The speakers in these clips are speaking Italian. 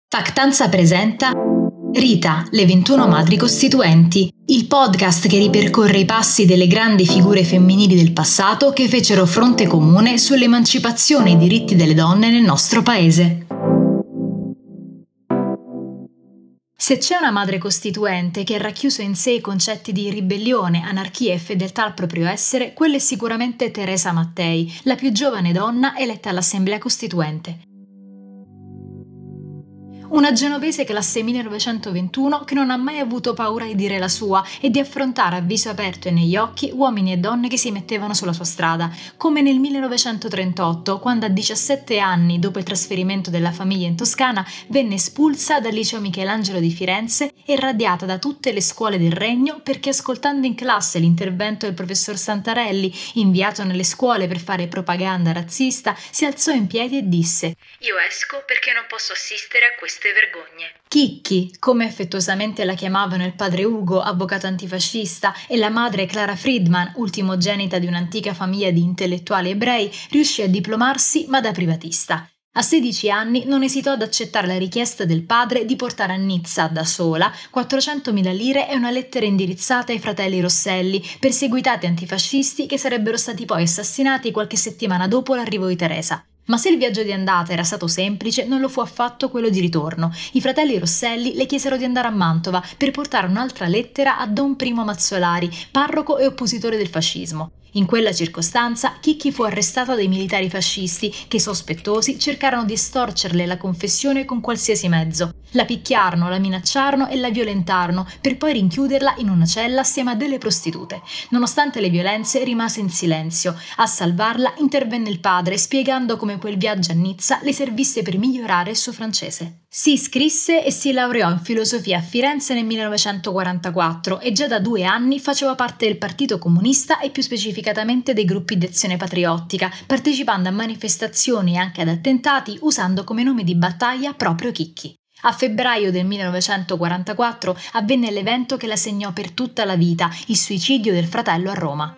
Factanza presenta Rita, le 21 madri costituenti, il podcast che ripercorre i passi delle grandi figure femminili del passato che fecero fronte comune sull'emancipazione e i diritti delle donne nel nostro paese. Se c'è una madre costituente che ha racchiuso in sé i concetti di ribellione, anarchia e fedeltà al proprio essere, quella è sicuramente Teresa Mattei, la più giovane donna eletta all'Assemblea Costituente. Una genovese classe 1921 che non ha mai avuto paura di dire la sua e di affrontare a viso aperto e negli occhi uomini e donne che si mettevano sulla sua strada, come nel 1938, quando a 17 anni, dopo il trasferimento della famiglia in Toscana, venne espulsa dal liceo Michelangelo di Firenze e radiata da tutte le scuole del regno perché, ascoltando in classe l'intervento del professor Santarelli, inviato nelle scuole per fare propaganda razzista, si alzò in piedi e disse: «Io esco perché non posso assistere a queste vergogne». Chicchi, come affettuosamente la chiamavano il padre Ugo, avvocato antifascista, e la madre Clara Friedman, ultimogenita di un'antica famiglia di intellettuali ebrei, riuscì a diplomarsi ma da privatista. A 16 anni non esitò ad accettare la richiesta del padre di portare a Nizza, da sola, 400.000 lire e una lettera indirizzata ai fratelli Rosselli, perseguitati antifascisti che sarebbero stati poi assassinati qualche settimana dopo l'arrivo di Teresa. Ma se il viaggio di andata era stato semplice, non lo fu affatto quello di ritorno. I fratelli Rosselli le chiesero di andare a Mantova per portare un'altra lettera a Don Primo Mazzolari, parroco e oppositore del fascismo. In quella circostanza, Chicchi fu arrestata dai militari fascisti che, sospettosi, cercarono di estorcerle la confessione con qualsiasi mezzo. La picchiarono, la minacciarono e la violentarono per poi rinchiuderla in una cella assieme a delle prostitute. Nonostante le violenze, rimase in silenzio. A salvarla intervenne il padre, spiegando come quel viaggio a Nizza le servisse per migliorare il suo francese. Si iscrisse e si laureò in filosofia a Firenze nel 1944 e già da 2 anni faceva parte del Partito Comunista e più specificatamente dei gruppi di azione patriottica, partecipando a manifestazioni e anche ad attentati usando come nome di battaglia proprio Chicchi. A febbraio del 1944 avvenne l'evento che la segnò per tutta la vita, il suicidio del fratello a Roma.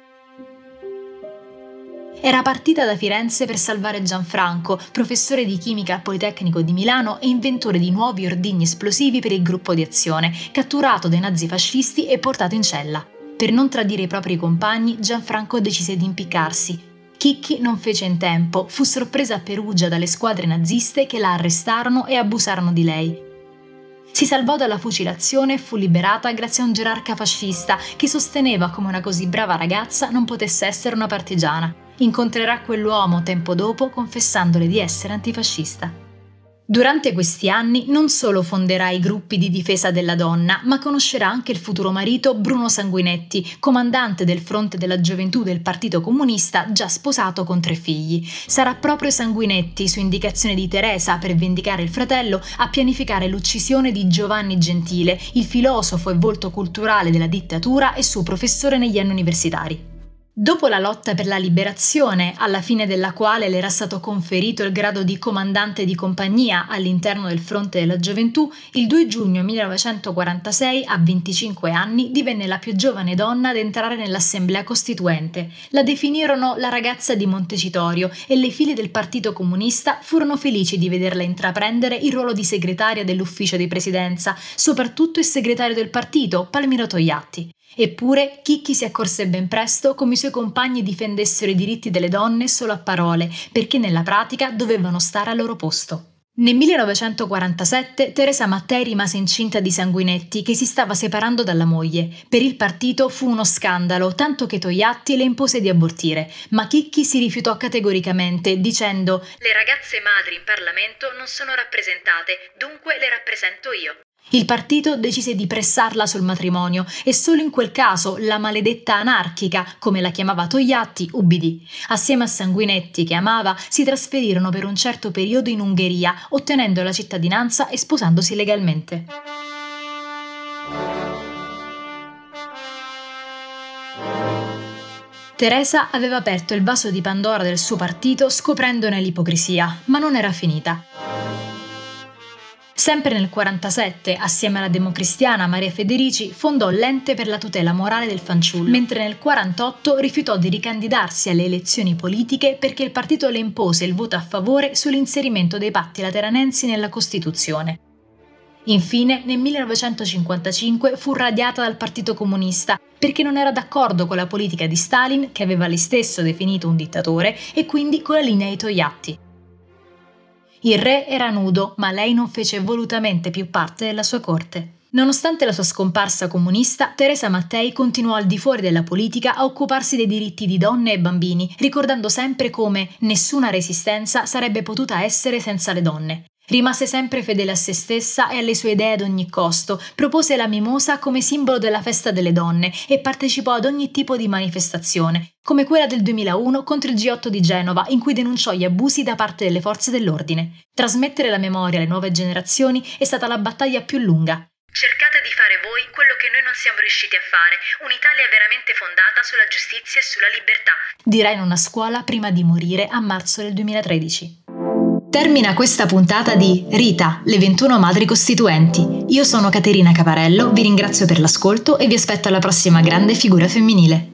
Era partita da Firenze per salvare Gianfranco, professore di chimica al Politecnico di Milano e inventore di nuovi ordigni esplosivi per il gruppo di azione, catturato dai nazifascisti e portato in cella. Per non tradire i propri compagni, Gianfranco decise di impiccarsi. Chicchi non fece in tempo, fu sorpresa a Perugia dalle squadre naziste che la arrestarono e abusarono di lei. Si salvò dalla fucilazione e fu liberata grazie a un gerarca fascista che sosteneva come una così brava ragazza non potesse essere una partigiana. Incontrerà quell'uomo tempo dopo confessandole di essere antifascista. Durante questi anni non solo fonderà i gruppi di difesa della donna, ma conoscerà anche il futuro marito Bruno Sanguinetti, comandante del fronte della gioventù del Partito Comunista, già sposato con 3 figli. Sarà proprio Sanguinetti, su indicazione di Teresa per vendicare il fratello, a pianificare l'uccisione di Giovanni Gentile, il filosofo e volto culturale della dittatura e suo professore negli anni universitari. Dopo la lotta per la liberazione, alla fine della quale le era stato conferito il grado di comandante di compagnia all'interno del Fronte della Gioventù, il 2 giugno 1946, a 25 anni, divenne la più giovane donna ad entrare nell'Assemblea Costituente. La definirono la ragazza di Montecitorio e le file del Partito Comunista furono felici di vederla intraprendere il ruolo di segretaria dell'ufficio di presidenza, soprattutto il segretario del partito, Palmiro Togliatti. Eppure Chicchi si accorse ben presto come i suoi compagni difendessero i diritti delle donne solo a parole, perché nella pratica dovevano stare al loro posto. Nel 1947 Teresa Mattei rimase incinta di Sanguinetti, che si stava separando dalla moglie. Per il partito fu uno scandalo, tanto che Togliatti le impose di abortire, ma Chicchi si rifiutò categoricamente, dicendo: «Le ragazze madri in Parlamento non sono rappresentate, dunque le rappresento io». Il partito decise di pressarla sul matrimonio e solo in quel caso la maledetta anarchica, come la chiamava Togliatti, ubbidì. Assieme a Sanguinetti, che amava, si trasferirono per un certo periodo in Ungheria, ottenendo la cittadinanza e sposandosi legalmente. Teresa aveva aperto il vaso di Pandora del suo partito scoprendone l'ipocrisia, ma non era finita. Sempre nel 1947, assieme alla democristiana Maria Federici, fondò l'Ente per la tutela morale del fanciullo, mentre nel 1948 rifiutò di ricandidarsi alle elezioni politiche perché il partito le impose il voto a favore sull'inserimento dei patti lateranensi nella Costituzione. Infine, nel 1955 fu radiata dal Partito Comunista perché non era d'accordo con la politica di Stalin, che aveva lei stesso definito un dittatore, e quindi con la linea di Togliatti. Il re era nudo, ma lei non fece volutamente più parte della sua corte. Nonostante la sua scomparsa comunista, Teresa Mattei continuò al di fuori della politica a occuparsi dei diritti di donne e bambini, ricordando sempre come nessuna resistenza sarebbe potuta essere senza le donne. Rimase sempre fedele a se stessa e alle sue idee ad ogni costo, propose la mimosa come simbolo della festa delle donne e partecipò ad ogni tipo di manifestazione, come quella del 2001 contro il G8 di Genova, in cui denunciò gli abusi da parte delle forze dell'ordine. Trasmettere la memoria alle nuove generazioni è stata la battaglia più lunga. Cercate di fare voi quello che noi non siamo riusciti a fare, un'Italia veramente fondata sulla giustizia e sulla libertà, dirà in una scuola prima di morire a marzo del 2013. Termina questa puntata di Rita, le 21 madri costituenti. Io sono Caterina Caparello, vi ringrazio per l'ascolto e vi aspetto alla prossima grande figura femminile.